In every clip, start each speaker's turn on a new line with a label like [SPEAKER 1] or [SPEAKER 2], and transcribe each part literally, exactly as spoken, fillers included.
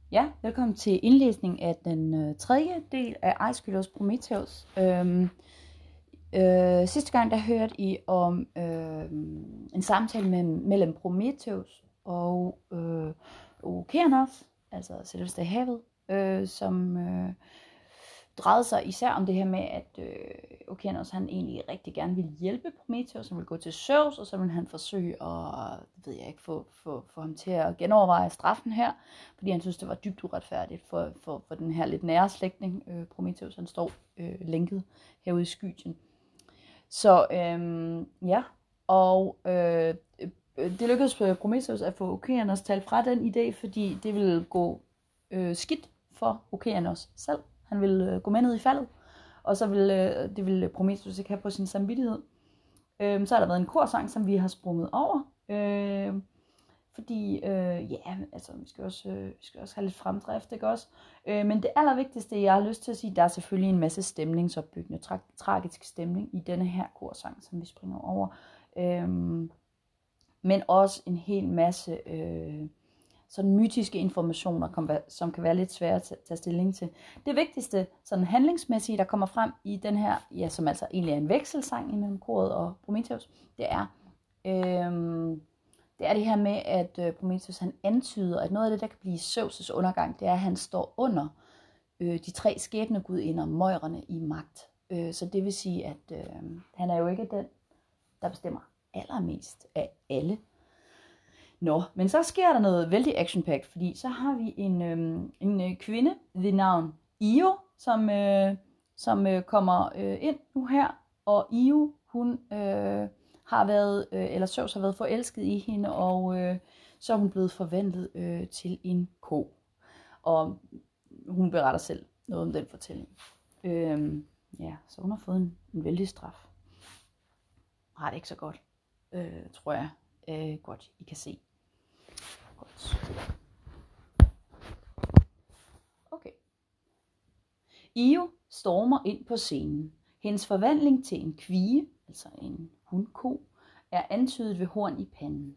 [SPEAKER 1] Ja, velkommen til indlæsning af den øh, tredje del af Aeschylus Prometheus. Øhm, øh, sidste gang der hørte I om øh, en samtale mellem, mellem Prometheus og øh, Okeanos, altså selveste havet, øh, som øh, drejede sig især om det her med, at øh, Okeanos han egentlig rigtig gerne ville hjælpe Prometheus, han ville gå til Zeus, og så ville han forsøge at, ved jeg ikke, få, få, få ham til at genoverveje straffen her, fordi han synes, det var dybt uretfærdigt for, for, for den her lidt nære slægtning. Øh, Prometheus han står øh, lænket herude i Skygien. Så øh, ja, og øh, det lykkedes for Prometheus at få Okeanos talt fra den idé, fordi det ville gå øh, skidt for Okeanos selv. Han ville øh, gå med ned i faldet, og så ville øh, det ville Prometheus ikke have på sin samvittighed. Øh, så har der været en korsang, som vi har sprunget over, øh, fordi øh, ja, altså vi skal også øh, vi skal også have lidt fremdrift, ikke også? Øh, men det allervigtigste, jeg har lyst til at sige, der er selvfølgelig en masse stemningsopbyggende, tra- tragisk stemning i denne her korsang, som vi springer over, øh, men også en hel masse øh, sådan mytiske informationer, som kan være lidt svære at tage stilling til. Det vigtigste sådan handlingsmæssige, der kommer frem i den her, ja, som altså egentlig er en vekselsang imellem koret og Prometheus, det er, øhm, det er det her med, at øh, Prometheus han antyder, at noget af det, der kan blive Zeus' undergang, det er, at han står under øh, de tre skæbnegudinder, møjrene i magt. Øh, så det vil sige, at øh, han er jo ikke den, der bestemmer allermest af alle. Nå, men så sker der noget vældig action-packed, fordi så har vi en, øhm, en kvinde ved navn Io, som, øh, som øh, kommer øh, ind nu her, og Io, hun øh, har været, øh, eller Zeus har været forelsket i hende, og øh, så er hun blevet forvandlet øh, til en ko. Og hun beretter selv noget om den fortælling. Øh, ja, så hun har fået en, en vældig straf. Har det ikke så godt, øh, tror jeg øh, godt, I kan se. Okay. Io stormer ind på scenen. Hendes forvandling til en kvie, altså en hundko, er antydet ved horn i panden.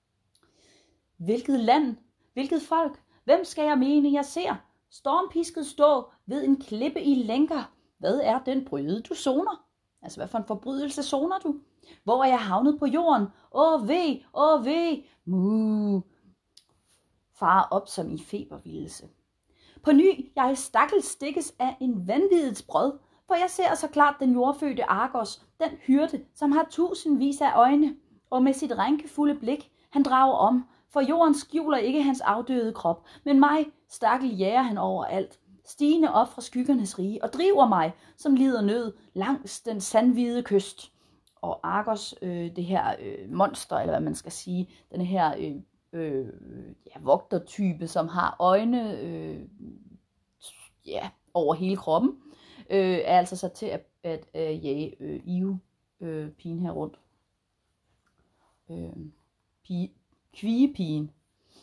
[SPEAKER 1] Hvilket land? Hvilket folk? Hvem skal jeg mene, jeg ser? Stormpisket stå ved en klippe i lænker. Hvad er den brøde, du soner? Altså, hvad for en forbrydelse soner du? Hvor er jeg havnet på jorden? Åh, ved, åh, ved, mu. Far op som i febervildelse. På ny, jeg stakkels stikkes af en vanviddets brød, for jeg ser så klart den jordfødte Argos, den hyrde, som har tusindvis af øjne, og med sit rænkefulde blik, han drager om, for jorden skjuler ikke hans afdøde krop, men mig, stakkel jager han overalt, stigende op fra skyggernes rige, og driver mig, som lider nød, langs den sandhvide kyst. Og Argos, øh, det her øh, monster, eller hvad man skal sige, den her øh, Øh, ja, vogtertype, som har øjne øh, ja, over hele kroppen, øh, er altså sat til at, at øh, jage øh, Io, øh, pigen her rundt. Øh, pige, kvigepigen.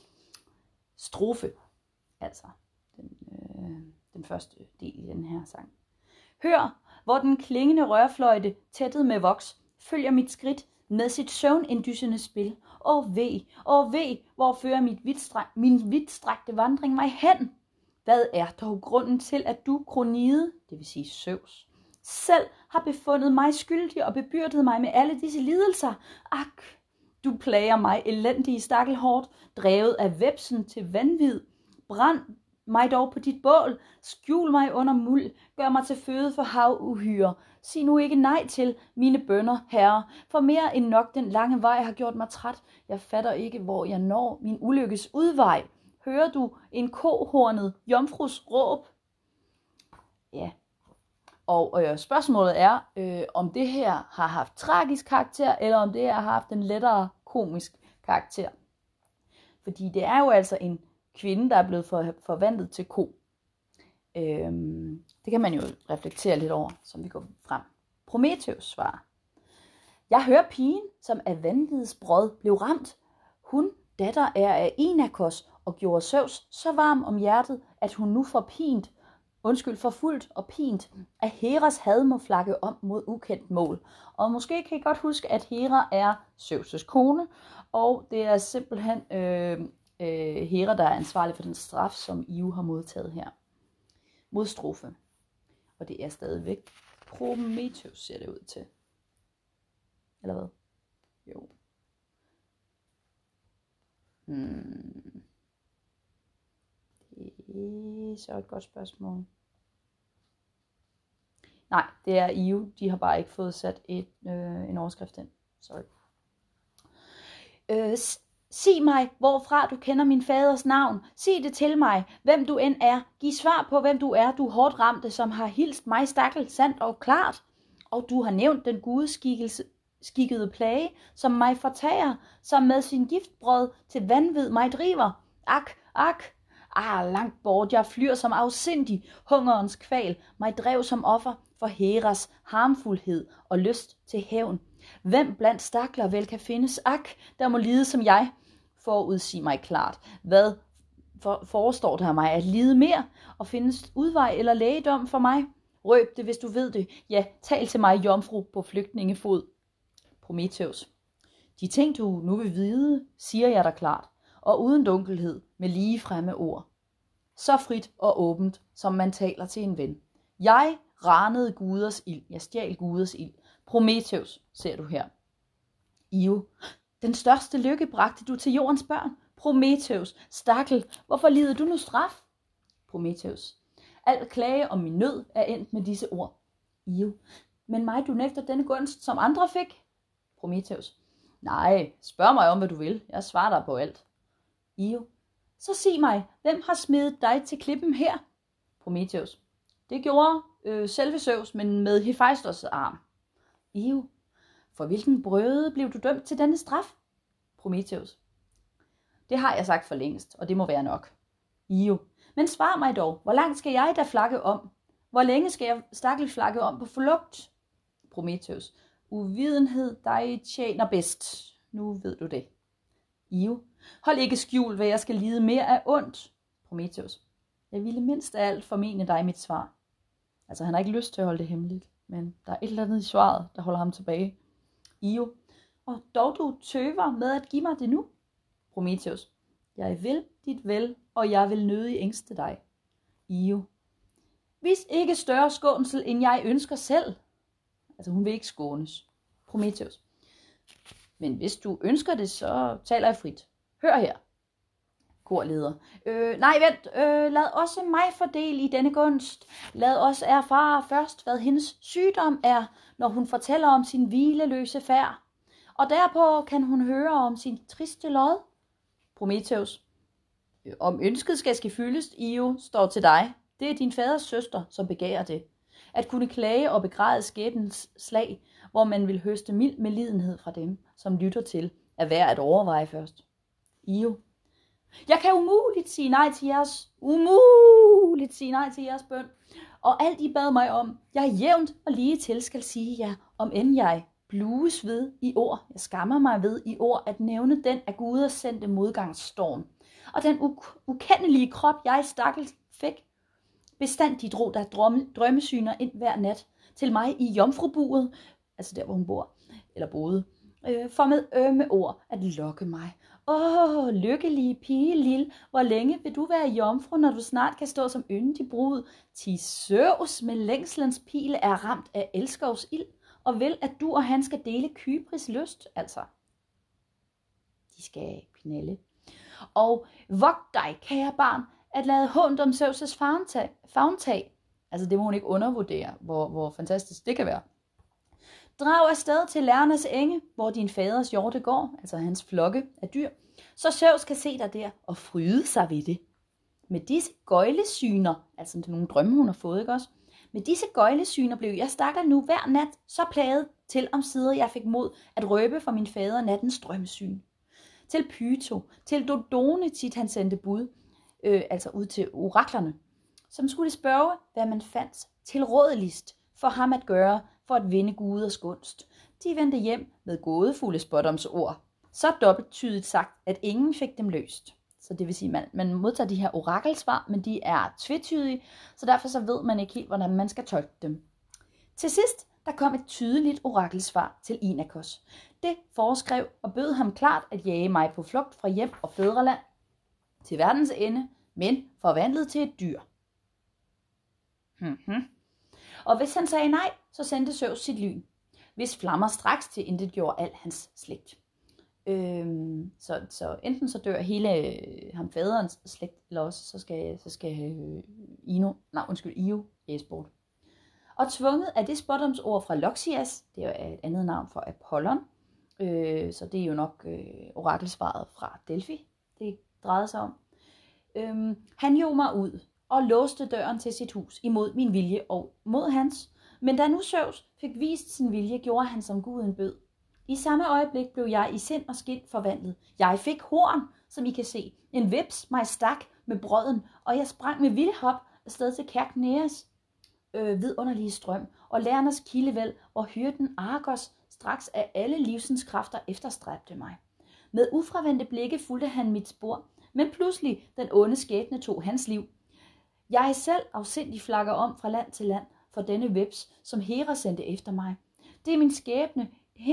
[SPEAKER 1] Strofe, altså den, øh, den første del i den her sang. Hør, hvor den klingende rørfløjte, tættet med voks, følger mit skridt med sit søvnindyssende spil. Åh ved, åh ved, hvor fører mit vidstræk, min vidtstrakte vandring mig hen? Hvad er dog grunden til, at du, Kronide, det vil sige Zeus, selv har befundet mig skyldig og bebyrdet mig med alle disse lidelser? Ak, du plager mig elendige stakkelhårdt, drevet af vepsen til vanvid. Brænd mig dog på dit bål, skjul mig under muld, gør mig til føde for havuhyre. Sig nu ikke nej til mine bønner, herre, for mere end nok den lange vej har gjort mig træt. Jeg fatter ikke, hvor jeg når min ulykkes udvej. Hører du en kohornet jomfrus råb? Ja, og øh, spørgsmålet er, øh, om det her har haft tragisk karakter, eller om det her har haft en lettere komisk karakter. Fordi det er jo altså en kvinde, der er blevet for, forvandlet til ko. Øhm, det kan man jo reflektere lidt over, som vi går frem. Prometheus svarer. Jeg hører pigen, som af vanviddets brød blev ramt. Hun, datter er af Inachos, og gjorde Zeus så varm om hjertet, at hun nu får pint, undskyld, forfulgt og pint, at Heras had må flakke om mod ukendt mål. Og måske kan I godt huske, at Hera er Zeus' kone, og det er simpelthen øh, øh, Hera, der er ansvarlig for den straf, som Io har modtaget her. Modstrofe. Og det er stadigvæk Prometheus, ser det ud til. Eller hvad? Jo. Hmm. Det er så et godt spørgsmål. Nej, det er Io. De har bare ikke fået sat et, øh, en overskrift ind. Sorry. Øh, sig mig, hvorfra du kender min faders navn. Sig det til mig, hvem du end er. Giv svar på, hvem du er, du hårdt ramte, som har hilst mig stakkel, sandt og klart. Og du har nævnt den gudeskikkede plage, som mig fortager, som med sin giftbrød til vanvid mig driver. Ak, ak, ah, langt bort, jeg flyr som afsindig, hungerens kval, mig drev som offer for Heras harmfuldhed og lyst til hævn. Hvem blandt stakler vel kan findes, ak, der må lide som jeg? Forudsig mig klart, hvad for, forestår der mig at lide mere, og findes udvej eller lægedom for mig? Røb det, hvis du ved det. Ja, tal til mig, jomfru på flygtningefod. Prometheus. De ting, du nu vil vide, siger jeg dig klart, og uden dunkelhed, med lige fremme ord. Så frit og åbent, som man taler til en ven. Jeg ranede guders ild. Jeg stjal guders ild. Prometheus, ser du her. Io. Den største lykke bragte du til jordens børn. Prometheus. Stakkel. Hvorfor lider du nu straf? Prometheus. Al klage om min nød er endt med disse ord. Io. Men mig du nægter denne gunst, som andre fik? Prometheus. Nej, spørg mig om, hvad du vil. Jeg svarer dig på alt. Io. Så sig mig, hvem har smidt dig til klippen her? Prometheus. Det gjorde øh, selve Zeus, men med Hephaistos arm. Io. For hvilken brøde blev du dømt til denne straf? Prometheus. Det har jeg sagt for længst, og det må være nok. Io. Men svar mig dog, hvor langt skal jeg da flakke om? Hvor længe skal jeg stakkel flakke om på flugt? Prometheus. Uvidenhed dig tjener bedst. Nu ved du det. Io. Hold ikke skjult, hvad jeg skal lide mere af ondt. Prometheus. Jeg ville mindst af alt formene dig mit svar. Altså han har ikke lyst til at holde det hemmeligt, men der er et eller andet i svaret, der holder ham tilbage. Io. Og dog du tøver med at give mig det nu? Prometheus. Jeg vil dit vel, og jeg vil nødig ængste dig. Io. Vis ikke større skånsel, end jeg ønsker selv. Altså hun vil ikke skånes. Prometheus. Men hvis du ønsker det, så taler jeg frit. Hør her. Korleder. Øh, nej, vent. Øh, lad også mig fordele i denne gunst. Lad os erfare først, hvad hendes sygdom er, når hun fortæller om sin hvileløse færd. Og derpå kan hun høre om sin triste lod. Prometheus. Om ønsket skal ske fyldes, Io, står til dig. Det er din faders søster, som begærer det. At kunne klage og begræde skæbnens slag, hvor man vil høste mild medlidenhed fra dem, som lytter til, er værd at overveje først. Io. Jeg kan umuligt sige nej til jeres, umuligt sige nej til jeres bøn. Og alt I bad mig om, jeg jævnt og lige til skal sige jer, om end jeg blues ved i ord, jeg skammer mig ved i ord, at nævne den af Guders sendte modgangsstorm. Og den uk- ukendelige krop, jeg stakkels fik, bestandigt drog der drømme, drømmesyner ind hver nat til mig i jomfruburet, altså der hvor hun bor, eller boede, øh, for med ømme ord at lokke mig. Åh, lykkelige pige lille, hvor længe vil du være jomfru, når du snart kan stå som yndig brud? Ti Zeus med længslens pil er ramt af elskovs ild, og vil at du og han skal dele Kybris lyst, altså. De skal knalde. Og vogt dig, kære barn, at lade hånd om Zeus' favntag. Altså det må hun ikke undervurdere, hvor, hvor fantastisk det kan være. Drag afsted til lærernes enge, hvor din faders hjorte går, altså hans flokke af dyr, så Zeus kan se dig der og fryde sig ved det. Med disse gøjlesyner, altså det er nogle drømme, hun har fået, ikke også? Med disse gøjlesyner blev jeg stakker nu hver nat så plaget til omsider, jeg fik mod at røbe for min fader nattens drømmesyn. Til Pytho, til Dodone tit han sendte bud, øh, altså ud til oraklerne, som skulle spørge, hvad man fandt til rådeligst for ham at gøre, for at vinde guders gunst. De vendte hjem med gådefulde spådomsord. Så dobbelttydigt sagt, at ingen fik dem løst. Så det vil sige, at man, man modtager de her orakelsvar, men de er tvetydige, så derfor så ved man ikke helt, hvordan man skal tolke dem. Til sidst, der kom et tydeligt orakelsvar til Inachos. Det foreskrev og bød ham klart at jage mig på flugt fra hjem og fædreland. til verdens ende, men forvandlet til et dyr. Mm-hmm. Og hvis han sagde nej, så sendte Zeus sit lyn, hvis flammer straks til intet gjorde al hans slægt. Øhm, så, så enten så dør hele øh, ham faderens slægt, eller også så skal, så skal øh, Ino, nej undskyld, Io jæges bort. Og tvunget af det spådomsord fra Loxias, det er et andet navn for Apollon, øh, så det er jo nok øh, orakelsvaret fra Delphi, det drejede sig om. Øhm, han jog mig ud og låste døren til sit hus imod min vilje og mod hans. Men da nu Zeus fik vist sin vilje, gjorde han som guden bød. I samme øjeblik blev jeg i sind og skind forvandlet. Jeg fik horn, som I kan se. En vips mig stak med brøden, og jeg sprang med vild hop afsted til Kærkneas øh, vidunderlige strøm, og lærernes kildevæld, hvor hyrden Argos straks af alle livsens kræfter efterstræbte mig. Med ufravendte blikke fulgte han mit spor, men pludselig den onde skæbne tog hans liv. Jeg selv afsindig flakker om fra land til land for denne vips, som Hera sendte efter mig. Det er min skæbne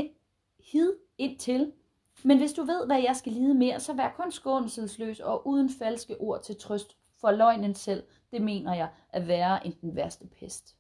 [SPEAKER 1] hid indtil, men hvis du ved, hvad jeg skal lide mere, så vær kun skånselsløs og uden falske ord til trøst, for løgnen selv, det mener jeg, at være end den værste pest.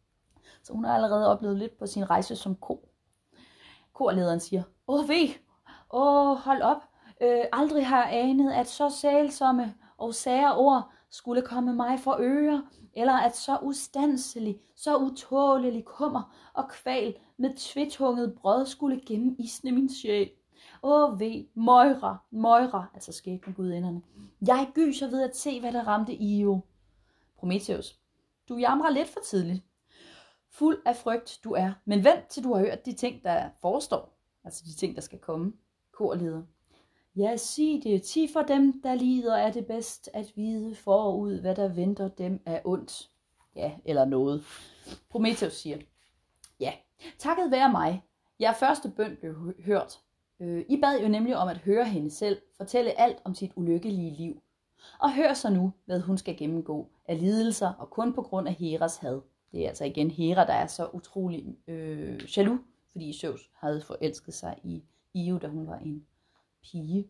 [SPEAKER 1] Så hun har allerede oplevet lidt på sin rejse som ko. Korlederen siger, åh ved, åh hold op, øh, aldrig har jeg anet, at så sælsomme og sære ord skulle komme mig for øre, eller at så ustandselig, så utålelig kummer og kval med tvetunget brød skulle gennemisne min sjæl. Åh ved, Moira, Moira, altså skæbnegudinderne. Jeg gyser ved at se, hvad der ramte Io. Prometheus, du jamrer lidt for tidligt. Fuld af frygt du er, men vent til du har hørt de ting, der forestår, altså de ting, der skal komme. Korleder. Ja, sig det, ti for dem, der lider, er det bedst at vide forud, hvad der venter dem af ondt. Ja, eller noget. Prometheus siger, ja, takket være mig. Jeg første bøn blev hørt. Øh, I bad jo nemlig om at høre hende selv, fortælle alt om sit ulykkelige liv. Og hør så nu, hvad hun skal gennemgå af lidelser, og kun på grund af Heras had. Det er altså igen Hera, der er så utrolig øh, jaloux, fordi Zeus havde forelsket sig i Io, da hun var en pige.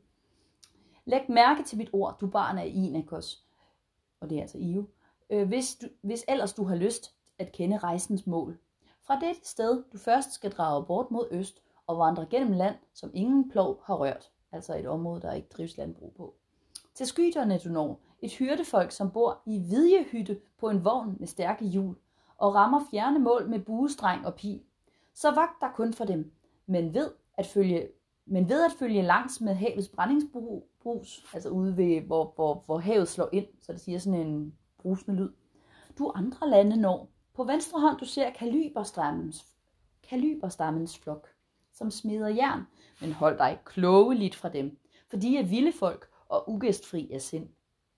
[SPEAKER 1] Læg mærke til mit ord, du barn af Inachos, og det er altså Io, øh, hvis, du, hvis ellers du har lyst at kende rejsens mål. Fra det sted, du først skal drage bort mod øst og vandre gennem land, som ingen plov har rørt, altså et område, der ikke drives landbrug på. Til skyterne du når, et hyrdefolk, som bor i Vidjehytte på en vogn med stærke hjul, og rammer fjerne mål med buestreng og pil. Så vagt der kun for dem, men ved at følge Men ved at følge langs med havets brændingsbrus, altså ude ved, hvor, hvor, hvor havet slår ind, så det siger sådan en brusende lyd. Du andre lande når. På venstre hånd du ser kalyberstammens, kalyberstammens flok, som smider jern, men hold dig klogeligt fra dem, for de er vilde folk og ugæstfri af sind.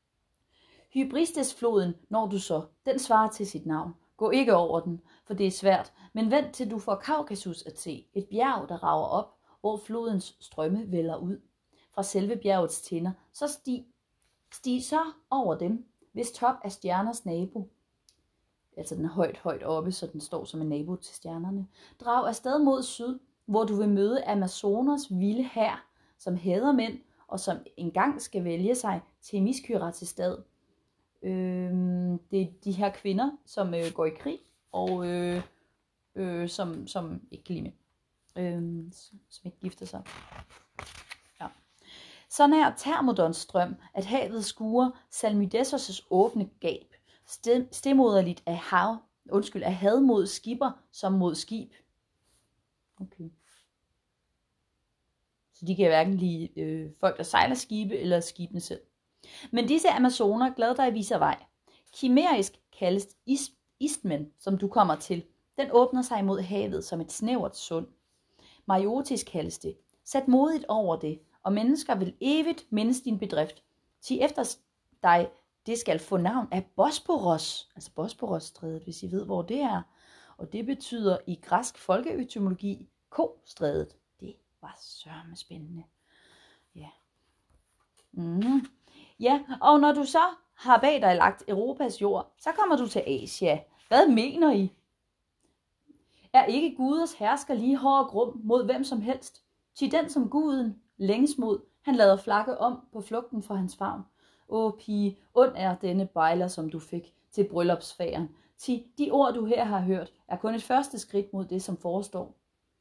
[SPEAKER 1] Hybristes-floden når du så, den svarer til sit navn. Gå ikke over den, for det er svært, men vent til du får Kaukasus at se, et bjerg, der rager op, hvor flodens strømme vælder ud fra selve bjergets tinder, så stig, stig så over dem, hvis top er stjerners nabo. Altså den er højt, højt oppe, så den står som en nabo til stjernerne. Drag afsted mod syd, hvor du vil møde Amazoners vilde hær, som hader mænd, og som engang skal vælge sig til Miskyra til stad. Øhm, det er de her kvinder, som øh, går i krig, og øh, øh, som, som ikke kan lide mænd. Øhm, som ikke gifter sig. Ja. Så nær Thermodons strøm, at havet skuer Salmydessos' åbne gab, stemoderligt af hav, undskyld, af had mod skipper som mod skib. Okay. Så de kan hverken lide øh, folk, der sejler skibe, eller skibene selv. Men disse amazoner glad dig viser vej. Kimerisk kaldes is- istmen, som du kommer til. Den åbner sig mod havet som et snævert sund. Majotisk kaldes det. Sæt modigt over det, og mennesker vil evigt mindes din bedrift. Ti efter dig, det skal få navn af Bosporos, altså Bosporos-strædet, hvis I ved, hvor det er. Og det betyder i græsk folkeetymologi ko-strædet. Det var sørme spændende. Ja. Mm. Ja, og når du så har bag dig lagt Europas jord, så kommer du til Asia. Hvad mener I? Er ikke guders hersker lige hård og grum mod hvem som helst? Til den som guden længes mod, han lader flakke om på flugten fra hans favn. Åh pige, ond er denne bejler, som du fik til bryllupsfæren. Ti, de ord, du her har hørt, er kun et første skridt mod det, som forestår.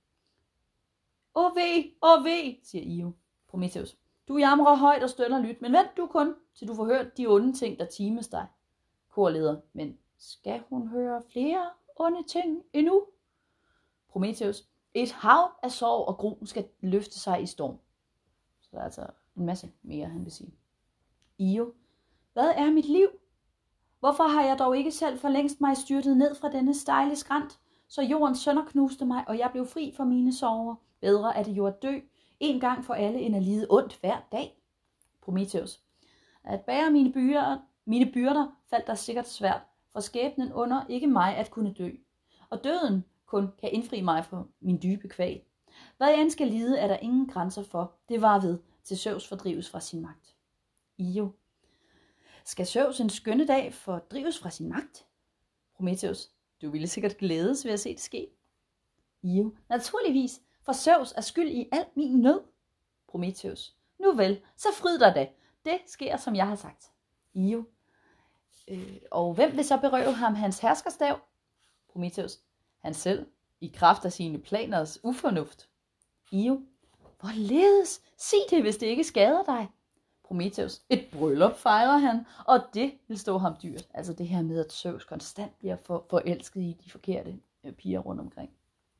[SPEAKER 1] Åh ved, åh ved, siger Io. Prometheus, du jamrer højt og stønner lyt, men vent du kun, til du får hørt de onde ting, der times dig. Korleder, men skal hun høre flere onde ting endnu? Prometheus, et hav af sorg og gru skal løfte sig i storm. Så der er altså en masse mere, han vil sige. Io, hvad er mit liv? Hvorfor har jeg dog ikke selv for længst mig styrtet ned fra denne stejle skrant, så jordens sønder knuste mig, og jeg blev fri for mine sorger. Bedre er det jo at dø, en gang for alle, end at lide ondt hver dag. Prometheus, at bære mine byrder, mine byrder faldt der sikkert svært, for skæbnen under ikke mig at kunne dø, og døden kun kan indfri mig for min dybe kval. Hvad jeg end skal lide, er der ingen grænser for, det var ved, til Zeus fordrives fra sin magt. Io, skal Zeus en skønne dag fordrives fra sin magt? Prometheus, du ville sikkert glædes ved at se det ske. Io, naturligvis, for Zeus er skyld i al min nød. Prometheus, nu vel, så fryd dig da. Det sker, som jeg har sagt. Io, øh, og hvem vil så berøve ham hans herskerstav? Prometheus, han selv, i kraft af sine planers ufornuft. Io, hvorledes? Sig det, hvis det ikke skader dig. Prometheus, et bryllup fejrer han, og det vil stå ham dyrt. Altså det her med, at Zeus konstant bliver for, forelsket i de forkerte øh, piger rundt omkring.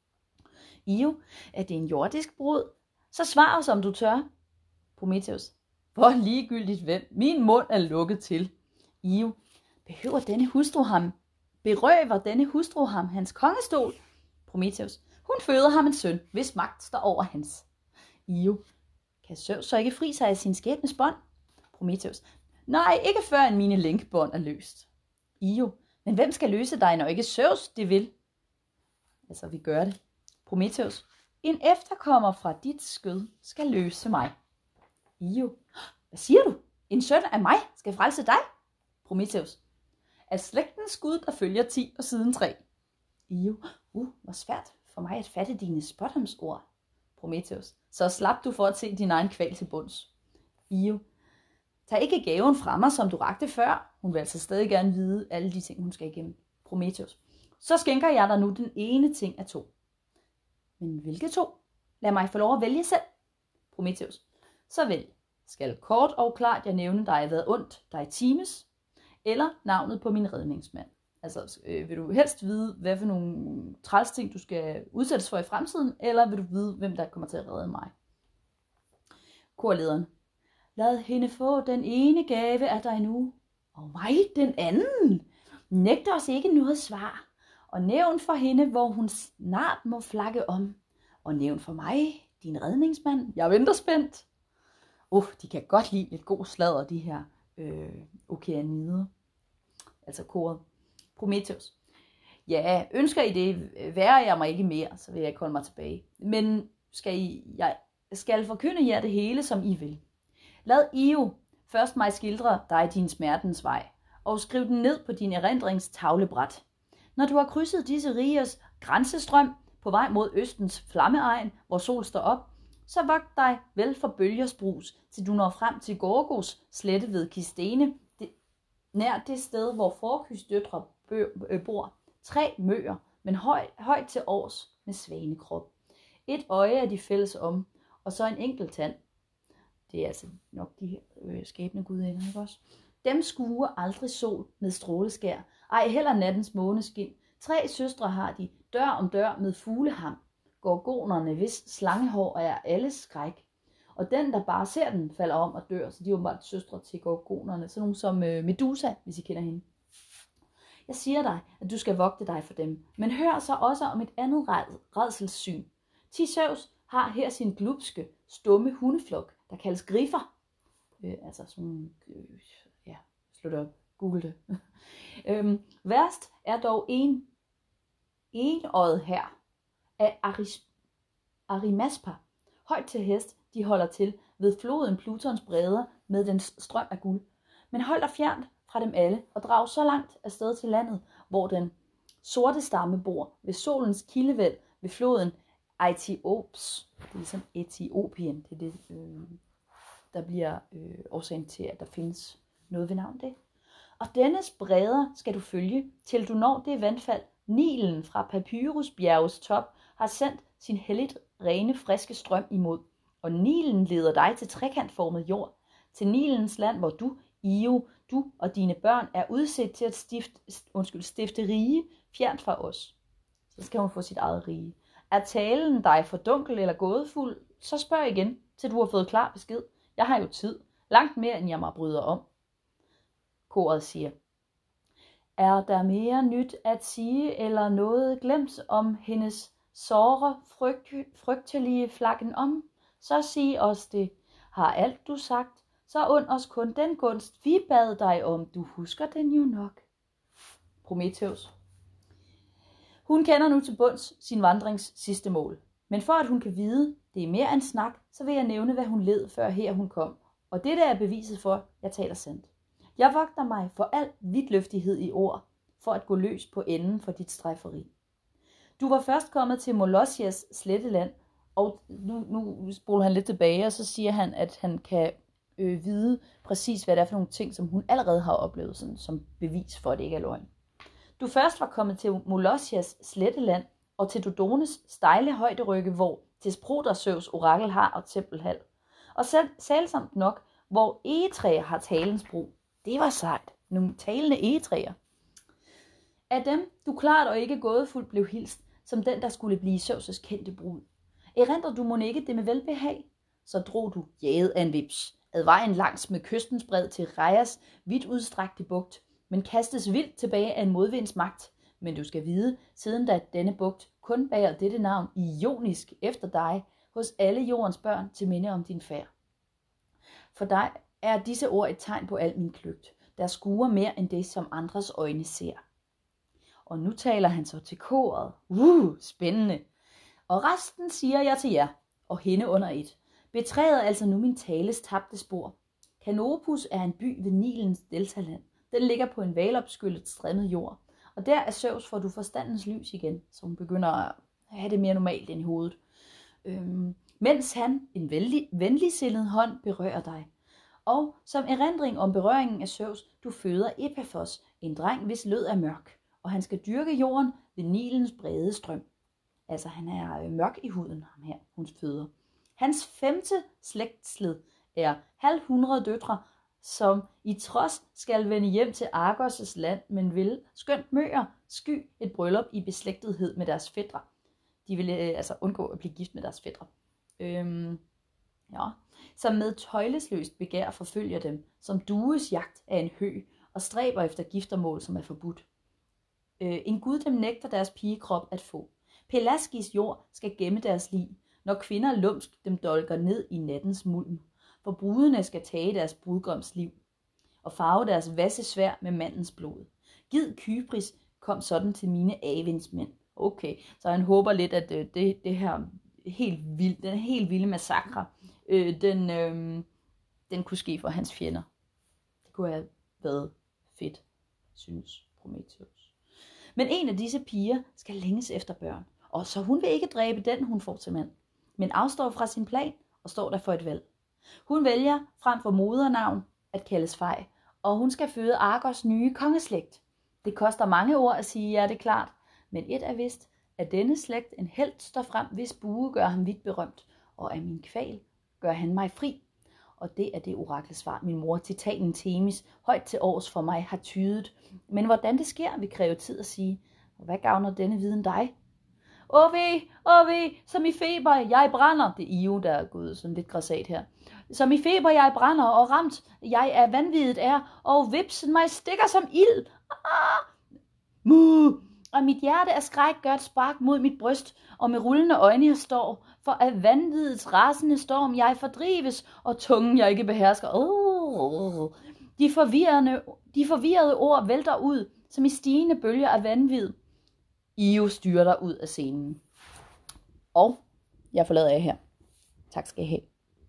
[SPEAKER 1] Io, er det en jordisk brud? Så svar os, om du tør. Prometheus, hvor ligegyldigt hvem. Min mund er lukket til. Io, behøver denne hustru ham? Berøver denne hustru ham hans kongestol? Prometheus, hun føder ham en søn, hvis magt står over hans. Io, kan Zeus så ikke fri sig af sin skæbnes bånd? Prometheus, nej, ikke før en mine lænkebånd er løst. Io, men hvem skal løse dig, når ikke Zeus det vil? Altså, vi gør det. Prometheus, en efterkommer fra dit skød skal løse mig. Io, hvad siger du? En søn af mig skal frelse dig? Prometheus, at slægtens skud, der følger ti og siden tre. Io, uh, hvor svært for mig at fatte dine spådomsord. Prometheus, så slap du for at se din egen kval til bunds. Io, tag ikke gaven fra mig, som du rakte før. Hun vil altså stadig gerne vide alle de ting, hun skal igennem. Prometheus, så skænker jeg dig nu den ene ting af to. Men hvilke to? Lad mig få lov at vælge selv. Prometheus, så vælg. Skal kort og klart jeg nævne dig hvad ondt dig times, eller navnet på min redningsmand. Altså, øh, vil du helst vide, hvad for nogle træls ting, du skal udsættes for i fremtiden, eller vil du vide, hvem der kommer til at redde mig? Korlederen, lad hende få den ene gave af dig nu, og mig den anden. Nægter os ikke noget svar, og nævn for hende, hvor hun snart må flakke om, og nævn for mig, din redningsmand. Jeg venter spændt. Uh, de kan godt lide lidt god sladder, de her øh, okeanider. Altså koret. Prometheus. Ja, ønsker I det, værer jeg mig ikke mere, så vil jeg ikke holde mig tilbage. Men skal I, jeg skal forkynde jer det hele, som I vil. Lad Io først mig skildre dig din smertens vej, og skriv den ned på din erindringstavlebræt. Når du har krydset disse rigers grænsestrøm på vej mod østens flammeegn, hvor sol står op, så vogt dig vel for bølgers brus, til du når frem til Gorgos slette ved Kistene, det, nær det sted, hvor Forkys døtre bor. Tre møer, men høj, højt til års med svanekrop. Et øje er de fælles om, og så en enkelt tand. Det er altså nok de øh, skæbne gudinder, ikke også? Dem skuer aldrig sol med stråleskær, ej heller nattens måneskin. Tre søstre har de, dør om dør med fugleham. Gorgonerne, hvis slangehår er alles skræk. Og den, der bare ser den, falder om og dør, så de er jo bare søstre til gorgonerne. Sådan nogle som øh, Medusa, hvis I kender hende. Jeg siger dig, at du skal vogte dig for dem. Men hør så også om et andet rædselssyn. Zeus har her sin glupske, stumme hundeflok, der kaldes griffer. Øh, altså sådan, øh, ja, slå det op, google det. øhm, værst er dog en enøjet her af Aris, Arimaspa. Højt til hest, de holder til ved floden Plutons bredder med den strøm af guld. Men hold dig fjernt fra dem alle og drag så langt afsted til landet, hvor den sorte stamme bor, ved solens kildevæld ved floden Aethiops. Det er ligesom Etiopien, det er det, øh, der bliver øh, årsagen til, at der findes noget ved navn det. Og dennes bredder skal du følge, til du når det vandfald, Nilen fra Papyrusbjergets top har sendt sin helligt rene, friske strøm imod. Og Nilen leder dig til trekantformet jord, til Nilens land, hvor du, Io, du og dine børn er udset til at stifte, undskyld, stifte rige fjernt fra os. Så skal hun få sit eget rige. Er talen dig for dunkel eller gådefuld, så spørg igen, til du har fået klar besked. Jeg har jo tid, langt mere end jeg mig bryder om. Koret siger, er der mere nyt at sige eller noget glemt om hendes såre frygt, frygtelige flakken om? Så sig os det. Har alt du sagt, så und os kun den gunst, vi bad dig om. Du husker den jo nok. Prometheus. Hun kender nu til bunds sin vandrings sidste mål. Men for at hun kan vide, det er mere end snak, så vil jeg nævne, hvad hun led, før her hun kom. Og dette er beviset for, at jeg taler sandt. Jeg vogter mig for al vidtløftighed i ord, for at gå løs på enden for dit strejferi. Du var først kommet til Molossias sletteland, og nu, nu spoler han lidt tilbage, og så siger han, at han kan øh, vide præcis, hvad det er for nogle ting, som hun allerede har oplevet, sådan, som bevis for, at det ikke er løgn. Du først var kommet til Molossias sletteland, og til Dodones stejle højderygge, hvor Thesprotersøvs orakel har og tempelhal. Og selv sælsomt nok, hvor egetræer har talens brug. Det var sejt. Nogle talende egetræer. Af dem, du klart og ikke gådefuldt blev hilst, som den, der skulle blive Zeus' kendte brud. Erindrer du mon ikke det med velbehag? Så drog du, jaget af en vips, ad vejen langs med kystens bred til Rejas vidt udstrakte bugt, men kastes vildt tilbage af en modvinds magt. Men du skal vide, siden da denne bugt kun bærer dette navn ionisk efter dig, hos alle jordens børn til minde om din færd. For dig er disse ord et tegn på al min kløgt, der skuer mere end det, som andres øjne ser. Og nu taler han så til koret. Uh, spændende. Og resten siger jeg til jer, og hende under et. Betræder altså nu min tales tabte spor. Canopus er en by ved Nilens deltaland. Den ligger på en valopskyllet strimmet jord. Og der er Zeus, får du forstandens lys igen, så hun begynder at have det mere normalt end i hovedet. Øhm, mens han, en venlig, venligsindet hånd, berører dig. Og som erindring om berøringen af Zeus, du føder Epaphos, en dreng, hvis lød er mørk, og han skal dyrke jorden ved Nilens brede strøm. Altså han er mørk i huden, ham her, hun føder. Hans femte slægtsled er halv hundrede døtre, som i trods skal vende hjem til Argos' land, men vil, skønt møer, sky et bryllup i beslægtethed med deres fætre. De vil øh, altså undgå at blive gift med deres fætre. Øhm, ja. Som med tøjlesløst begær forfølger dem, som dues jagt af en hø, og stræber efter giftermål, som er forbudt. Øh, en gud dem nægter deres pigekrop at få. Pelaskis jord skal gemme deres lig, når kvinder lumsk dem dolker ned i nattens mulm. For brudene skal tage deres brudgoms liv, og farve deres vasse svær med mandens blod. Gid Kybris kom sådan til mine avindsmænd. Okay, så han håber lidt, at øh, det, det her helt vild, den helt vilde massakre, øh, den, øh, den kunne ske for hans fjender. Det kunne have været fedt, synes Prometheus. Men en af disse piger skal længes efter børn, og så hun vil ikke dræbe den, hun får til mand, men afstår fra sin plan og står der for et valg. Hun vælger frem for modernavn at kaldes Fej, og hun skal føde Argos nye kongeslægt. Det koster mange ord at sige, ja, det er klart, men et er vist, at denne slægt en helt står frem, hvis bue gør ham vidt berømt, og af min kval gør han mig fri. Og det er det orakelsvar, min mor, titanen Themis, højt til års for mig har tydet. Men hvordan det sker, vil kræve tid at sige. Og hvad gavner denne viden dig? Åh ved, åh ved, som i feber, jeg brænder. Det er Io, der er gået sådan lidt græsat her. Som i feber, jeg brænder, og ramt, jeg er vanvittigt er, og vipsen mig stikker som ild. Ah! Muh! Og mit hjerte af skræk gør et spark mod mit bryst, og med rullende øjne jeg står, for af vanvidets rasende storm jeg fordrives, og tungen jeg ikke behersker. Oh! De, forvirrende, de forvirrede ord vælter ud, som i stigende bølger af vanvid. Io styrter ud af scenen. Og jeg forlader jer her. Tak skal I have.